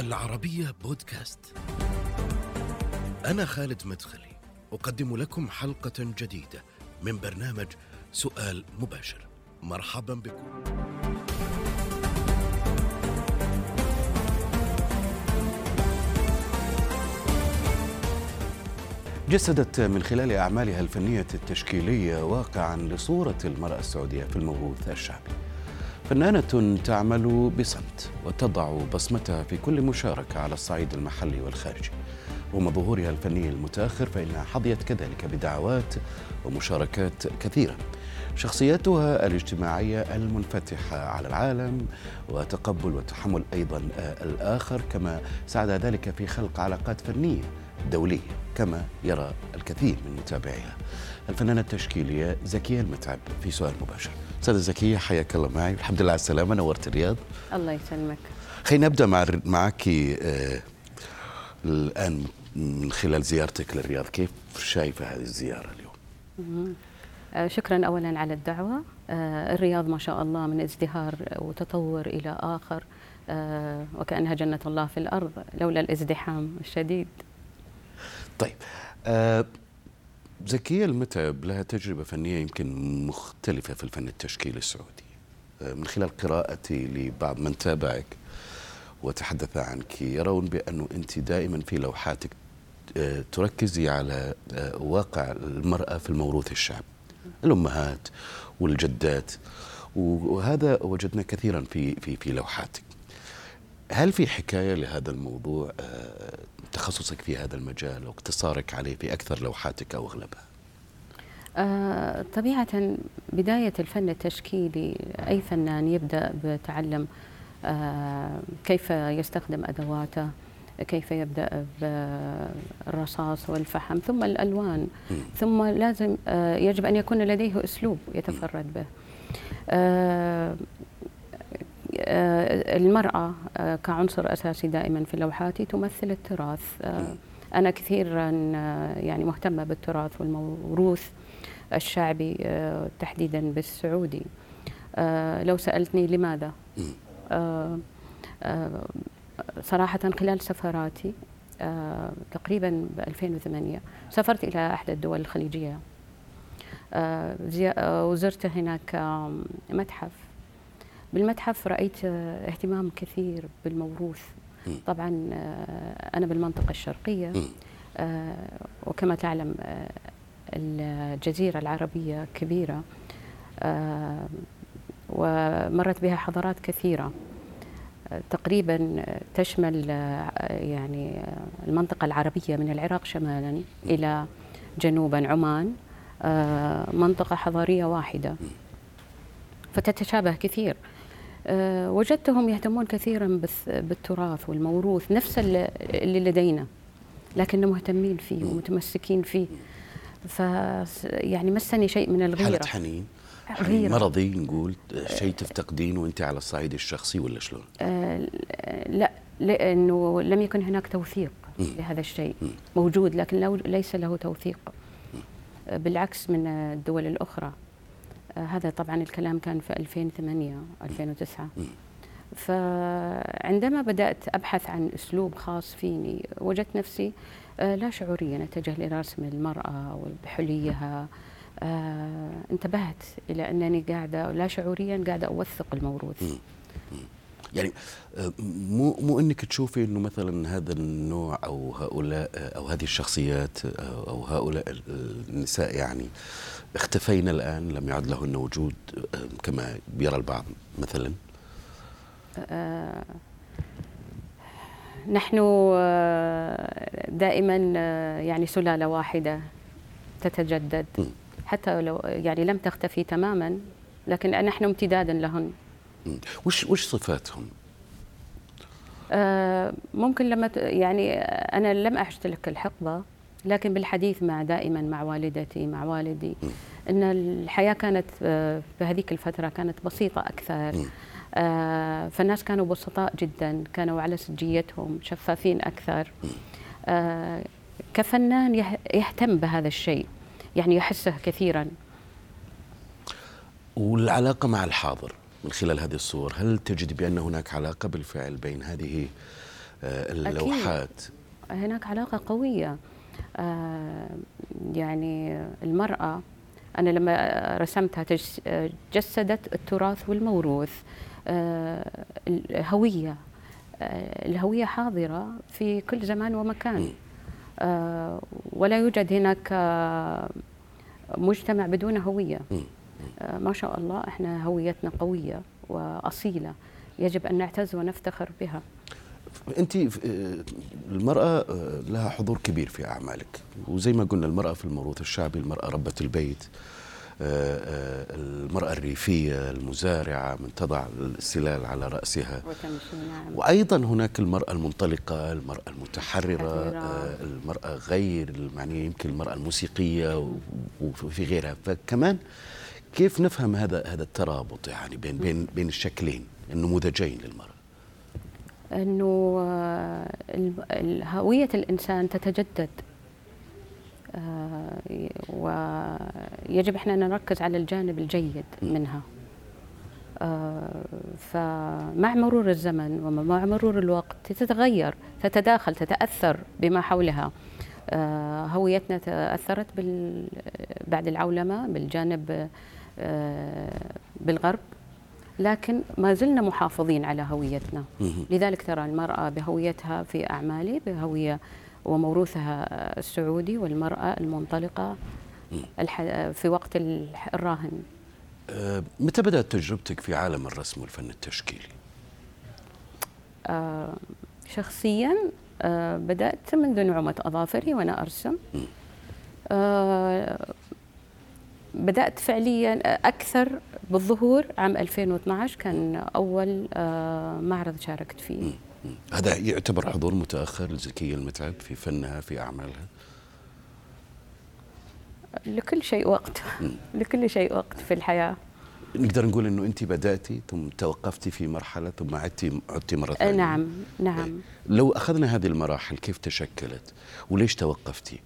العربية بودكاست. أنا خالد مدخلي أقدم لكم حلقة جديدة من برنامج سؤال مباشر. مرحبا بكم. جسدت من خلال أعمالها الفنية التشكيلية واقعا لصورة المرأة السعودية في الموروث الشعبي. فنانة تعمل بصمت وتضع بصمتها في كل مشاركة على الصعيد المحلي والخارجي. رغم ظهورها الفني المتأخر فإنها حظيت كذلك بدعوات ومشاركات كثيرة. شخصيتها الاجتماعية المنفتحة على العالم وتقبل وتحمل أيضا الآخر، كما ساعد ذلك في خلق علاقات فنية دولية كما يرى الكثير من متابعيها. الفنانة التشكيلية زكية المتعب في سؤال مباشر. أستاذة زكية حياك الله معي، الحمد لله على السلامة، نورت الرياض. الله يسلمك. خلينا نبدأ معك الآن من خلال زيارتك للرياض، كيف شايفة هذه الزيارة اليوم؟ شكرا أولا على الدعوة. الرياض ما شاء الله من ازدهار وتطور إلى آخر، وكأنها جنة الله في الأرض لولا الازدحام الشديد. طيب، زكية المتعب لها تجربة فنية يمكن مختلفة في الفن التشكيلي السعودي. من خلال قراءتي لبعض من تابعك وتحدث عنك يرون بأنه أنت دائما في لوحاتك تركزي على واقع المرأة في الموروث الشعبي، الأمهات والجدات، وهذا وجدنا كثيرا في لوحاتك. هل في حكاية لهذا الموضوع، تخصصك في هذا المجال واقتصارك عليه في أكثر لوحاتك أو أغلبها؟ طبيعة بداية الفن التشكيلي أي فنان يبدأ بتعلم كيف يستخدم أدواته، كيف يبدأ بالرصاص والفحم ثم الألوان، ثم لازم يجب أن يكون لديه أسلوب يتفرد به. المرأة كعنصر أساسي دائما في لوحاتي تمثل التراث. أنا كثيرا يعني مهتمة بالتراث والموروث الشعبي تحديدا بالسعودي. لو سألتني لماذا، صراحة خلال سفراتي تقريبا ب 2008 سافرت إلى أحد الدول الخليجية، وزرت هناك متحف. بالمتحف رأيت اهتمام كثير بالموروث. طبعا أنا بالمنطقة الشرقية، وكما تعلم الجزيرة العربية كبيرة ومرت بها حضارات كثيرة، تقريبا تشمل يعني المنطقة العربية من العراق شمالا إلى جنوبا عمان، منطقة حضارية واحدة فتتشابه كثير. وجدتهم يهتمون كثيرا بالتراث والموروث نفس اللي لدينا، لكنهم مهتمين فيه ومتمسكين فيه. يعني مسني شيء من الغيرة، حالة حنين مرضي نقول، شيء تفتقدين وانت على الصعيد الشخصي ولا شلون؟ لا، لأنه لم يكن هناك توثيق لهذا الشيء. موجود لكن ليس له توثيق، بالعكس من الدول الأخرى. هذا طبعا الكلام كان في 2008 2009. فعندما بدأت أبحث عن أسلوب خاص فيني وجدت نفسي لا شعوريا أتجه لرسم المرأة وبحليها. انتبهت إلى أنني قاعدة لا شعوريا قاعدة أوثق الموروث. يعني مو أنك تشوفي أنه مثلا هذا النوع أو هؤلاء أو هذه الشخصيات أو هؤلاء النساء يعني اختفينا الآن، لم يعد لهن وجود كما يرى البعض مثلا؟ نحن دائما يعني سلالة واحدة تتجدد، حتى لو يعني لم تختفي تماما لكن نحن امتدادا لهن. وش صفاتهم؟ ممكن لما يعني أنا لم أشترك الحقبة، لكن بالحديث دائما مع والدتي مع والدي أن الحياة كانت في هذيك الفترة كانت بسيطة أكثر. فالناس كانوا بسطاء جدا، كانوا على سجيتهم شفافين أكثر. كفنان يهتم بهذا الشيء، يعني يحسه كثيرا. والعلاقة مع الحاضر من خلال هذه الصور، هل تجد بأن هناك علاقة بالفعل بين هذه اللوحات؟ هناك علاقة قوية. يعني المرأة أنا لما رسمتها جسدت التراث والموروث، الهوية. الهوية حاضرة في كل زمان ومكان، ولا يوجد هناك مجتمع بدون هوية. ما شاء الله احنا هويتنا قوية وأصيلة، يجب أن نعتز ونفتخر بها. أنت المرأة لها حضور كبير في أعمالك، وزي ما قلنا المرأة في الموروث الشعبي، المرأة ربة البيت، المرأة الريفية المزارعة من تضع السلال على رأسها، وأيضا هناك المرأة المنطلقة، المرأة المتحررة، المرأة غير يعني يمكن المرأة الموسيقية وفي غيرها. فكمان كيف نفهم هذا الترابط يعني بين الشكلين النموذجين للمرأة؟ أنه هوية الإنسان تتجدد، ويجب احنا نركز على الجانب الجيد منها. فمع مرور الزمن ومع مرور الوقت تتغير، تتداخل، تتأثر بما حولها. هويتنا تأثرت بعد العولمة بالجانب بالغرب، لكن ما زلنا محافظين على هويتنا. لذلك ترى المرأة بهويتها في أعمالي بهوية وموروثها السعودي، والمرأة المنطلقة في وقت الراهن. متى بدأت تجربتك في عالم الرسم والفن التشكيلي؟ شخصيا بدأت منذ نعومة أظافري وأنا أرسم. بدأت فعليا أكثر بالظهور عام 2012، كان أول معرض شاركت فيه. هذا يعتبر حضور متأخر لزكية المتعب في فنها في أعمالها؟ لكل شيء وقت. لكل شيء وقت في الحياة. نقدر نقول إنه أنت بدأتي ثم توقفتي في مرحلة ثم عدتي مرة ثانية. نعم نعم. لو أخذنا هذه المراحل كيف تشكلت وليش توقفتي؟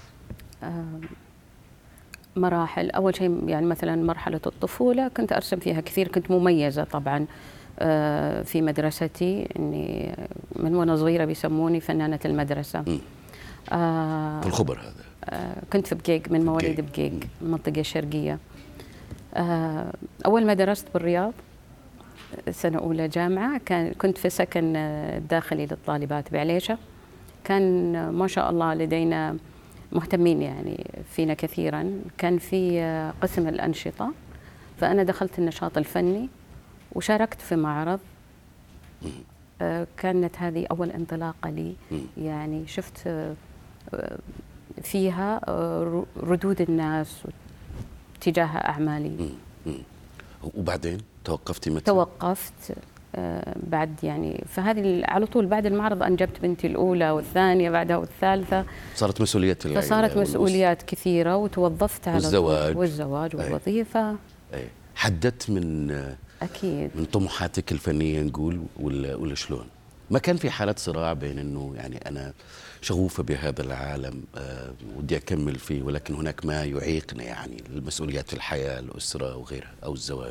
مراحل، أول شيء يعني مثلا مرحلة الطفولة كنت أرسم فيها كثير، كنت مميزة طبعا في مدرستي، إني من وأنا صغيرة بيسموني فنانة المدرسة. في الخبر هذا؟ كنت في بقيق، من مواليد بقيق، المنطقة الشرقية. أول ما درست بالرياض سنة أولى جامعة، كنت في سكن داخلي للطالبات بعليشة. كان ما شاء الله لدينا مهتمين يعني فينا كثيرا، كان في قسم الأنشطة، فأنا دخلت النشاط الفني وشاركت في معرض. كانت هذه أول انطلاقة لي، يعني شفت فيها ردود الناس تجاه أعمالي. وبعدين توقفتي متى؟ توقفت بعد يعني، فهذه على طول بعد المعرض أنجبت بنتي الأولى والثانية بعدها والثالثة، صارت مسؤوليات العائلة، فصارت مسؤوليات كثيرة وتوظفت على والزواج والوظيفة. حددت من أكيد من طموحاتك الفنية نقول ولا شلون؟ ما كان في حالة صراع بين إنه يعني أنا شغوفة بهذا العالم ودي أكمل فيه، ولكن هناك ما يعيقنا يعني المسؤوليات في الحياة، الأسرة وغيرها أو الزواج؟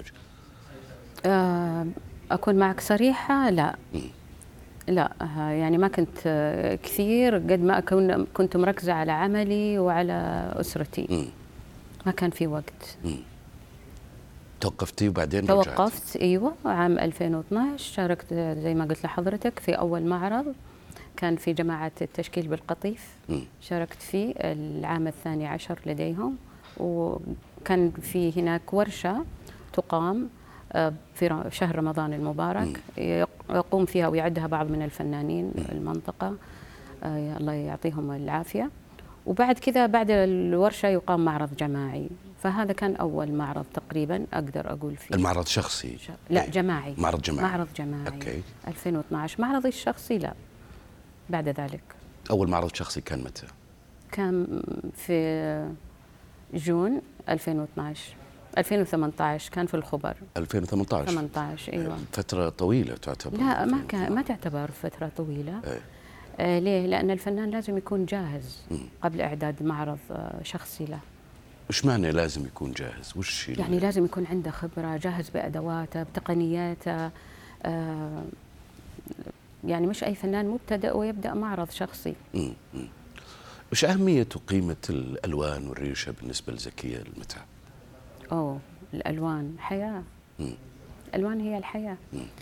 أكون معك صريحة، لا لا، يعني ما كنت كثير قد ما كنت مركزة على عملي وعلى أسرتي. ما كان في وقت. توقفتي وبعدين توقفت. أيوة، عام 2012 شاركت زي ما قلت لحضرتك في أول معرض كان في جماعة التشكيل بالقطيف. شاركت فيه العام الثاني عشر لديهم، وكان في هناك ورشة تقام في شهر رمضان المبارك، يقوم فيها ويعدها بعض من الفنانين المنطقة، الله يعطيهم العافية. وبعد كذا بعد الورشة يقام معرض جماعي، فهذا كان أول معرض تقريبا أقدر أقول فيه. المعرض شخصي؟ لا، جماعي. معرض جماعي. معرض جماعي. أوكي. 2012. معرضي الشخصي لا، بعد ذلك. أول معرض شخصي كان متى؟ كان في جون 2012. 2018 كان في الخبر. 2018. 18 ايوه. فترة طويلة تعتبر؟ لا، ما تعتبر فترة طويلة. ليه؟ لأن الفنان لازم يكون جاهز قبل إعداد معرض شخصي له. وش معنى لازم يكون جاهز؟ وش يعني لازم يكون عنده خبرة، جاهز بأدواته بتقنياته، يعني مش أي فنان مبتدئ ويبدأ معرض شخصي. وش أهمية وقيمة الألوان والريشة بالنسبة لزكية المتعب؟ الألوان حياة. الألوان هي الحياة.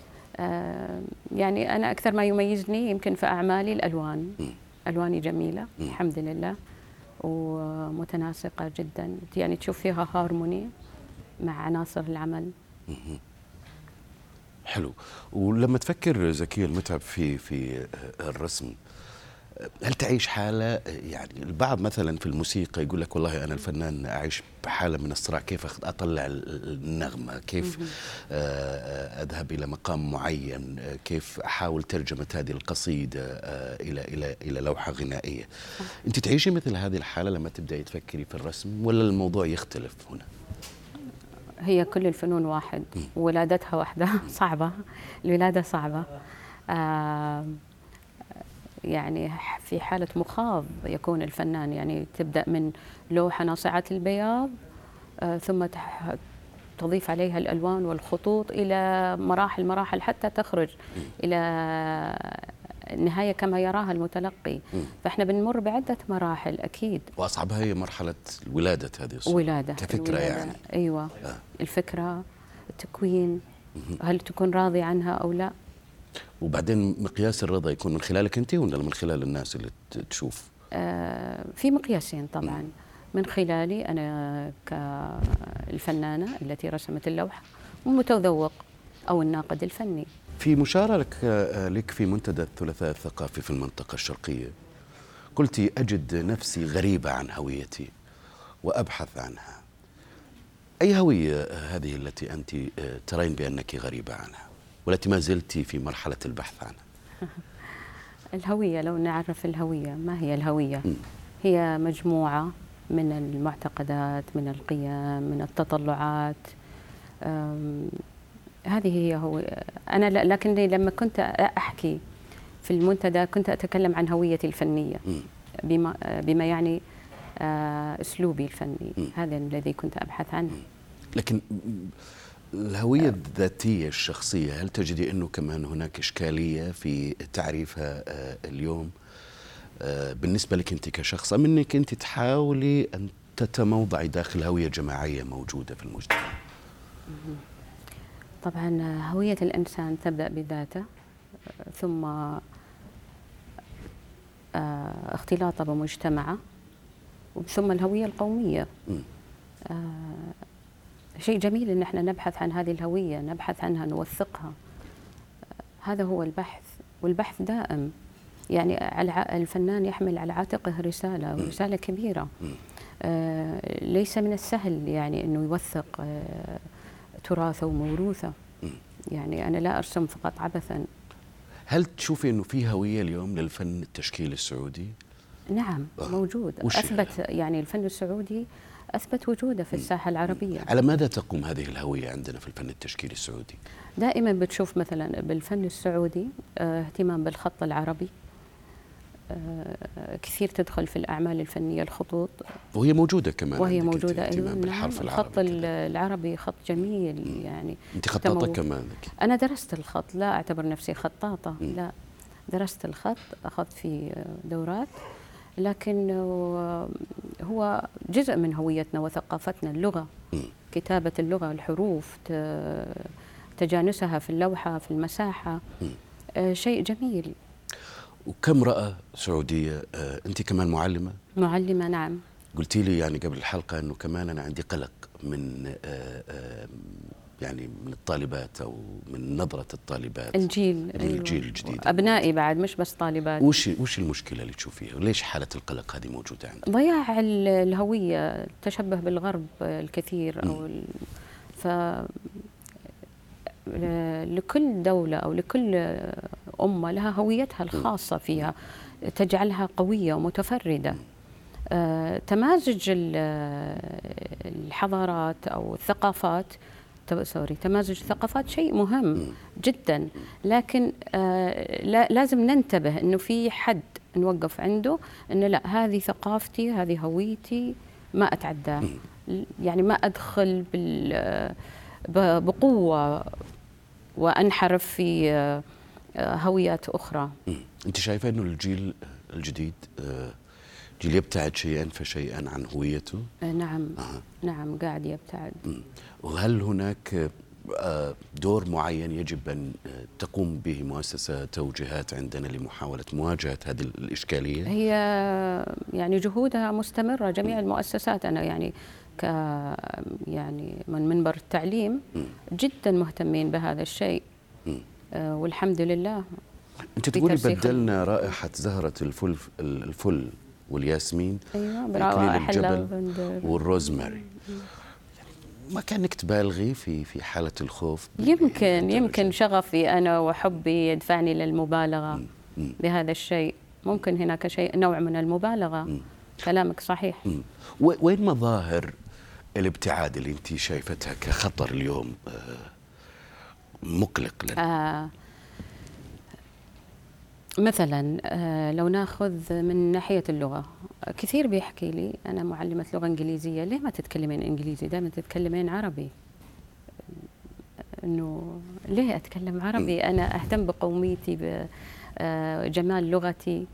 يعني أنا أكثر ما يميزني يمكن في أعمالي الألوان. ألواني جميلة الحمد لله ومتناسقة جدا، يعني تشوف فيها هارموني مع عناصر العمل. حلو. ولما تفكر زكية المتعب في الرسم، هل تعيش حالة، يعني البعض مثلا في الموسيقى يقول لك والله أنا الفنان أعيش بحالة من الصراع، كيف أطلع النغمة، كيف أذهب إلى مقام معين، كيف أحاول ترجمة هذه القصيدة إلى لوحة غنائية. أنت تعيشي مثل هذه الحالة لما تبدأي تفكري في الرسم، ولا الموضوع يختلف هنا؟ هي كل الفنون واحد، ولادتها واحدة. صعبة الولادة صعبة. يعني في حالة مخاض يكون الفنان، يعني تبدأ من لوحة ناصعة البياض ثم تضيف عليها الألوان والخطوط إلى مراحل حتى تخرج إلى النهاية كما يراها المتلقي. فإحنا بنمر بعدة مراحل أكيد، وأصعبها هي مرحلة ولادة هذه الصورة. ولادة كفكرة يعني. أيوة. الفكرة، التكوين، هل تكون راضي عنها أو لا. وبعدين مقياس الرضا يكون من خلالك أنت ولا من خلال الناس اللي تشوف؟ في مقياسين طبعا. من خلالي أنا كالفنانة التي رسمت اللوحة، والمتذوق أو الناقد الفني. في مشاركة لك في منتدى الثلاثاء الثقافي في المنطقة الشرقية، قلتي أجد نفسي غريبة عن هويتي وأبحث عنها. أي هوية هذه التي أنت ترين بأنك غريبة عنها والتي ما زلت في مرحلة البحث عنها؟ الهوية، لو نعرف الهوية، ما هي الهوية؟ هي مجموعة من المعتقدات، من القيم، من التطلعات. هذه هي أنا لكني لما كنت أحكي في المنتدى كنت أتكلم عن هويتي الفنية بما يعني أسلوبي الفني. هذا الذي كنت أبحث عنه. لكن الهوية الذاتية الشخصية، هل تجدي أنه كمان هناك إشكالية في تعريفها اليوم بالنسبة لك أنت كشخص، أم أنك أنت تحاولي أن تتموضعي داخل هوية جماعية موجودة في المجتمع؟ طبعا هوية الإنسان تبدأ بذاته، ثم اختلاطه بمجتمعه، ثم الهوية القومية. شيء جميل ان احنا نبحث عن هذه الهوية، نبحث عنها، نوثقها. هذا هو البحث، والبحث دائم. يعني الفنان يحمل على عاتقه رسالة، ورسالة كبيرة. ليس من السهل يعني انه يوثق تراثه وموروثه. يعني انا لا ارسم فقط عبثا. هل تشوفي انه في هوية اليوم للفن التشكيلي السعودي؟ نعم موجود. اثبت يعني الفن السعودي أثبت وجوده في الساحة العربية. على ماذا تقوم هذه الهوية عندنا في الفن التشكيلي السعودي؟ دائما بتشوف مثلا بالفن السعودي اهتمام بالخط العربي. كثير تدخل في الأعمال الفنية الخطوط، وهي موجودة كمان. وهي موجودة أيضا بالحرف العربي. الخط العربي خط جميل يعني. أنت خطاطة كمان؟ أنا درست الخط، لا أعتبر نفسي خطاطة. لا، درست الخط، أخذت في دورات، لكن هو جزء من هويتنا وثقافتنا. اللغة، كتابة اللغة، الحروف، تجانسها في اللوحة، في المساحة، شيء جميل. وكم امرأة سعودية، أنت كمان معلمة؟ معلمة نعم. قلتي لي يعني قبل الحلقة أنه كمان أنا عندي قلق من يعني من الطالبات أو من نظرة الطالبات، الجيل الجديد، أبنائي بعد مش بس طالبات. وش المشكلة اللي تشوفيها؟ وليش حالة القلق هذه موجودة عندك؟ ضياع الهوية، التشبه بالغرب الكثير. لكل دولة أو لكل أمة لها هويتها الخاصة فيها تجعلها قوية ومتفردة. تمازج الحضارات أو الثقافات، تمازج الثقافات شيء مهم جدا، لكن لازم ننتبه أنه في حد نوقف عنده، أنه لا، هذه ثقافتي، هذه هويتي، ما أتعداه. يعني ما أدخل بقوة وأنحرف في هويات أخرى. أنت شايفة أنه الجيل الجديد جيل يبتعد شيئا فشيئا عن هويته؟ نعم. نعم قاعد يبتعد. وهل هناك دور معين يجب أن تقوم به مؤسسة توجيهات عندنا لمحاولة مواجهة هذه الإشكالية؟ هي يعني جهودها مستمرة، جميع المؤسسات. أنا يعني يعني من منبر التعليم جدا مهتمين بهذا الشيء، والحمد لله. أنت تقولي بدلنا رائحة زهرة الفل والياسمين بروائح الجبل والروزماري. ما كانك تبالغي في حالة الخوف؟ يمكن شغفي أنا وحبي يدفعني للمبالغة بهذا الشيء. ممكن هناك شيء نوع من المبالغة. كلامك صحيح. وين مظاهر الابتعاد اللي أنت شايفتها كخطر اليوم مقلق لنا؟ مثلا لو ناخذ من ناحية اللغة، كثير بيحكي لي أنا معلمة لغة إنجليزية، ليه ما تتكلمين إنجليزي؟ دائما تتكلمين عربي. إنه ليه أتكلم عربي؟ أنا أهتم بقوميتي، بجمال لغتي.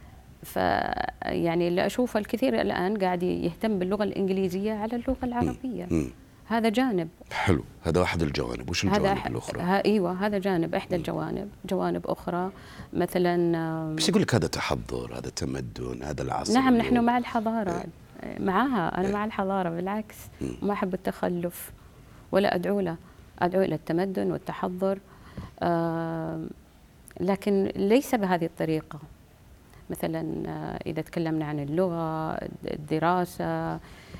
يعني اللي أشوفه الكثير الآن قاعد يهتم باللغة الإنجليزية على اللغة العربية. هذا جانب حلو. هذا واحد الجوانب. وش الجوانب الأخرى؟ أيوة، هذا جانب، إحدى الجوانب. جوانب أخرى مثلا بس يقول لك هذا تحضر، هذا تمدن، هذا العصر. نعم، نحن مع الحضارة. معها. أنا مع الحضارة بالعكس. ما أحب التخلف ولا أدعو له. أدعو إلى التمدن والتحضر، لكن ليس بهذه الطريقة. مثلا إذا تكلمنا عن اللغة، الدراسة،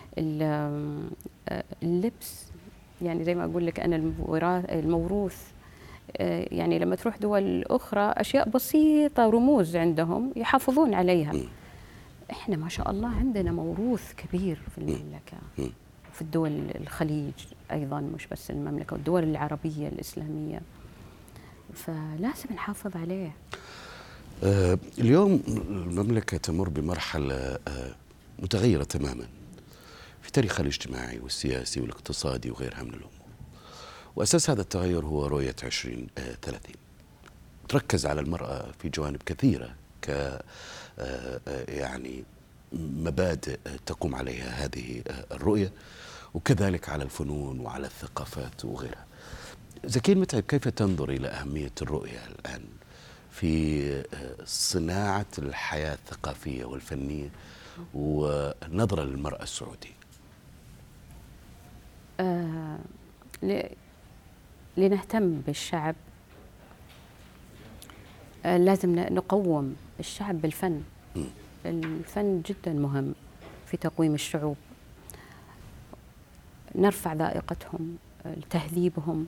اللبس، يعني زي ما أقول لك أنا الموروث. يعني لما تروح دول أخرى أشياء بسيطة، رموز عندهم يحافظون عليها. إحنا ما شاء الله عندنا موروث كبير في المملكة، في الدول الخليج أيضا، مش بس المملكة، والدول العربية الإسلامية، فلازم نحافظ عليه. اليوم المملكة تمر بمرحلة متغيرة تماما في تاريخها الاجتماعي والسياسي والاقتصادي وغيرها من الأمور، وأساس هذا التغير هو رؤية 2030. تركز على المرأة في جوانب كثيرة يعني مبادئ تقوم عليها هذه الرؤية، وكذلك على الفنون وعلى الثقافات وغيرها. زكين متعب، كيف تنظر إلى أهمية الرؤية الآن في صناعة الحياة الثقافية والفنية ونظرة للمرأة السعودية؟ لنهتم بالشعب لازم نقوم الشعب بالفن. الفن جدا مهم في تقويم الشعوب، نرفع ذائقتهم، تهذيبهم.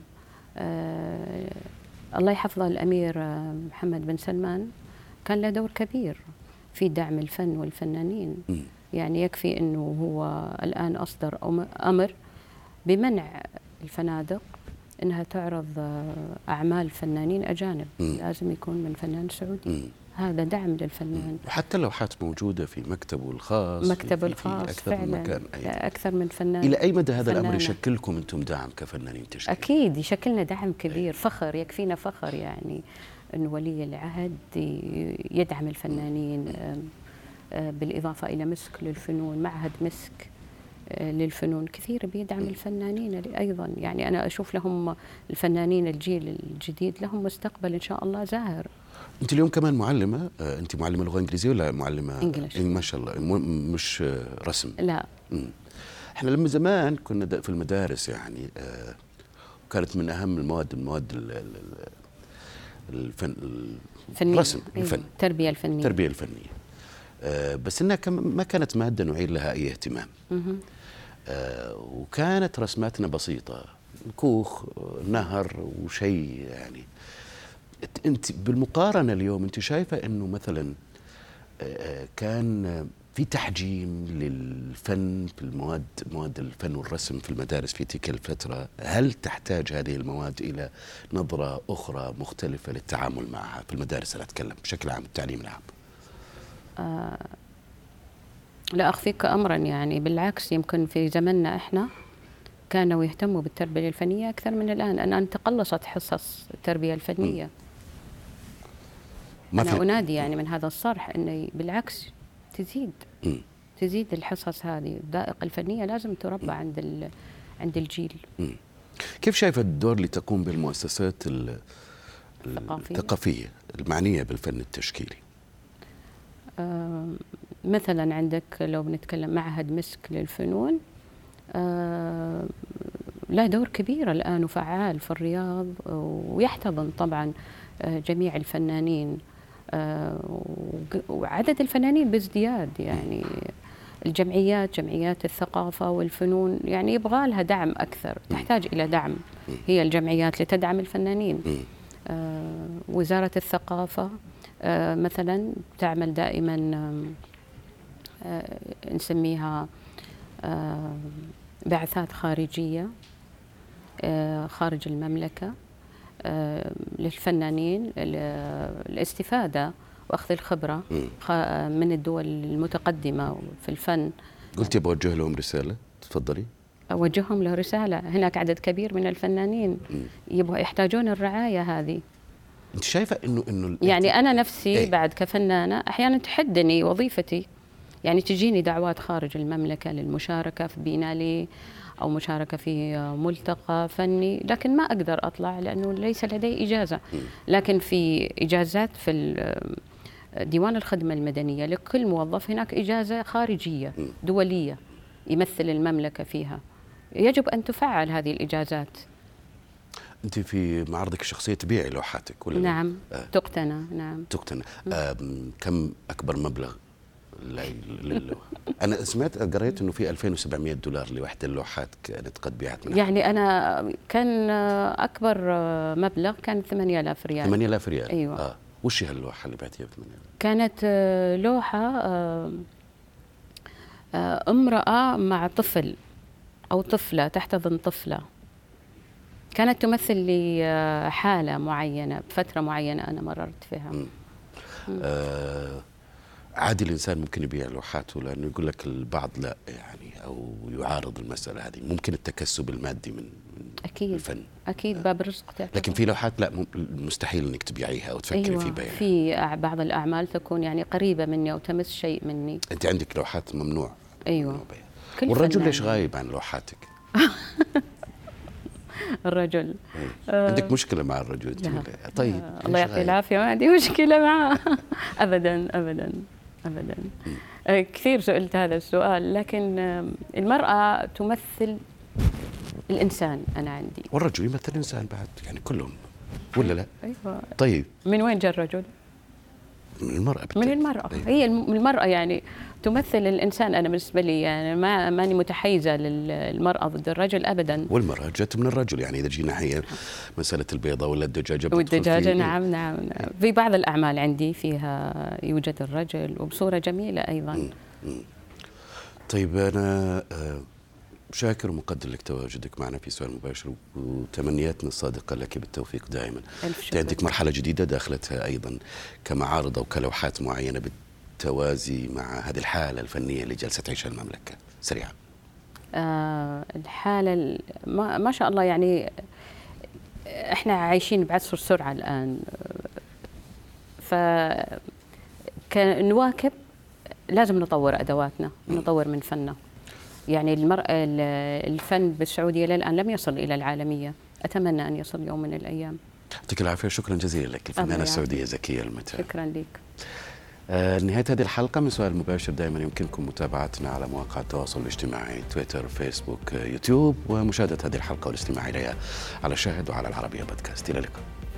الله يحفظه الأمير محمد بن سلمان كان له دور كبير في دعم الفن والفنانين. يعني يكفي أنه هو الآن أصدر أمر بمنع الفنادق أنها تعرض أعمال فنانين أجانب. لازم يكون من فنان سعودي. هذا دعم للفنان. وحتى اللوحات موجودة في مكتبه الخاص، مكتبه الخاص في أكثر من مكان. أكثر من فنان. إلى أي مدى هذا الأمر يشكلكم أنتم دعم كفنانين تشكيل؟ أكيد يشكلنا دعم كبير. فخر، يكفينا فخر يعني أن ولي العهد يدعم الفنانين، بالإضافة إلى مسك للفنون، معهد مسك للفنون كثير بيدعم الفنانين أيضا. يعني أنا أشوف لهم الفنانين الجيل الجديد لهم مستقبل إن شاء الله زاهر. أنت اليوم كمان معلمة، أنت معلمة لغة إنجليزية ولا معلمة إنجليش؟ ما شاء الله، مش رسم؟ لا. إحنا لما زمان كنا في المدارس يعني كانت من أهم المواد الرسم، الفن، التربية الفنية. بس إنها ما كانت مادة نعير لها أي اهتمام. وكانت رسماتنا بسيطة، كوخ، نهر، وشيء يعني. أنت بالمقارنة اليوم أنت شايفة أنه مثلا كان في تحجيم للفن في مواد الفن والرسم في المدارس في تلك الفترة؟ هل تحتاج هذه المواد إلى نظرة أخرى مختلفة للتعامل معها في المدارس؟ أنا أتكلم بشكل عام التعليم العام. لا أخفيك أمرا، يعني بالعكس يمكن في زمننا إحنا كانوا يهتموا بالتربية الفنية أكثر من الآن. أنا تقلصت حصص التربية الفنية. أنا أنادي يعني من هذا الصرح أنه بالعكس تزيد الحصص هذه. الذائقة الفنية لازم تربى عند الجيل. كيف شايفة الدور اللي تقوم به المؤسسات الثقافية المعنية بالفن التشكيلي؟ مثلا عندك لو بنتكلم معهد مسك للفنون، له دور كبير الآن وفعال في الرياض، ويحتضن طبعا جميع الفنانين، وعدد الفنانين بازدياد. يعني جمعيات الثقافة والفنون يعني يبغى لها دعم أكثر، تحتاج إلى دعم هي الجمعيات لتدعم الفنانين. وزارة الثقافة مثلا تعمل دائما نسميها بعثات خارجية خارج المملكة للفنانين الاستفادة وأخذ الخبرة من الدول المتقدمة في الفن. قلت بوجه لهم رسالة، تفضلي. أوجههم له رسالة. هناك عدد كبير من الفنانين يحتاجون الرعاية هذه. أنت شايفة إنه يعني أنا نفسي بعد كفنانة أحيانا تحدني وظيفتي، يعني تجيني دعوات خارج المملكة للمشاركة في بينالي أو مشاركة في ملتقى فني، لكن ما أقدر أطلع لأنه ليس لدي إجازة. لكن في إجازات في ديوان الخدمة المدنية لكل موظف هناك إجازة خارجية دولية يمثل المملكة فيها، يجب أن تفعل هذه الإجازات. أنت في معرضك الشخصية تبيعي لوحاتك ولا؟ نعم. تقتنى. نعم تقتنى. كم أكبر مبلغ للوحة؟ أنا قريت إنه في $2700 لوحدة اللوحات كانت قد بيعت منها. يعني أنا كان أكبر مبلغ كان 8000 ريال. 8000 ريال. أيوة. وش هي اللوحة اللي بعتيها ب 8000؟ كانت لوحة امرأة مع طفل أو طفلة تحتضن طفلة، كانت تمثل لي حالة معينة بفترة معينة أنا مررت فيها. عادي الإنسان ممكن يبيع لوحاته، لأنه يقول لك البعض لا يعني، أو يعارض المسألة هذه. ممكن التكسب المادي من الفن أكيد باب الرزق تعتبر. لكن في لوحات لا، مستحيل أنك تبيعيها أو تفكري في بيعها. في بعض الأعمال تكون يعني قريبة مني أو تمس شيء مني. أنت عندك لوحات ممنوع. أيوة. والرجل ليش غايب عن لوحاتك؟ الرجل عندك مشكلة مع الرجل؟ طيب الله يعطيه العافية، ما عندي مشكلة معه. أبدا أبدا أبدا. كثير سئلت هذا السؤال، لكن المرأة تمثل الإنسان. أنا عندي والرجل يمثل الإنسان بعد، يعني كلهم ولا لا؟ أيوة. طيب من وين جاء الرجل؟ من المرأة. من المرأة. أيوة. هي المرأة يعني تمثل الإنسان. أنا بالنسبة لي يعني ماني متحيزة للمرأة ضد الرجل أبدا. والمرأة جت من الرجل، يعني إذا جينا هي مسألة البيضة ولا الدجاجة. والدجاجة نعم. في بعض الأعمال عندي فيها يوجد الرجل وبصورة جميلة أيضا. طيب أنا شاكر ومقدر لك تواجدك معنا في سؤال مباشر، وتمنياتنا الصادقة لك بالتوفيق دائما. عندك مرحلة جديدة داخلتها أيضا كمعارضة وكلوحات معينة بالتوازي مع هذه الحالة الفنية اللي جالسة تعيشها المملكة. سريعا. الحالة ما شاء الله، يعني احنا عايشين بعصر السرعة الآن، فنواكب لازم نطور أدواتنا، نطور من فننا. يعني الفن بالسعودية للآن لم يصل إلى العالمية، أتمنى أن يصل يوم من الأيام. يعطيك العافية، شكرا جزيلا لك الفنانة السعودية زكية المتاع. شكرا لك. نهاية هذه الحلقة من سؤال مباشر. دائما يمكنكم متابعتنا على مواقع التواصل الاجتماعي تويتر، فيسبوك، يوتيوب، ومشاهدة هذه الحلقة والاستماع إليها على شاهد وعلى العربية بودكاست. إلى اللقاء.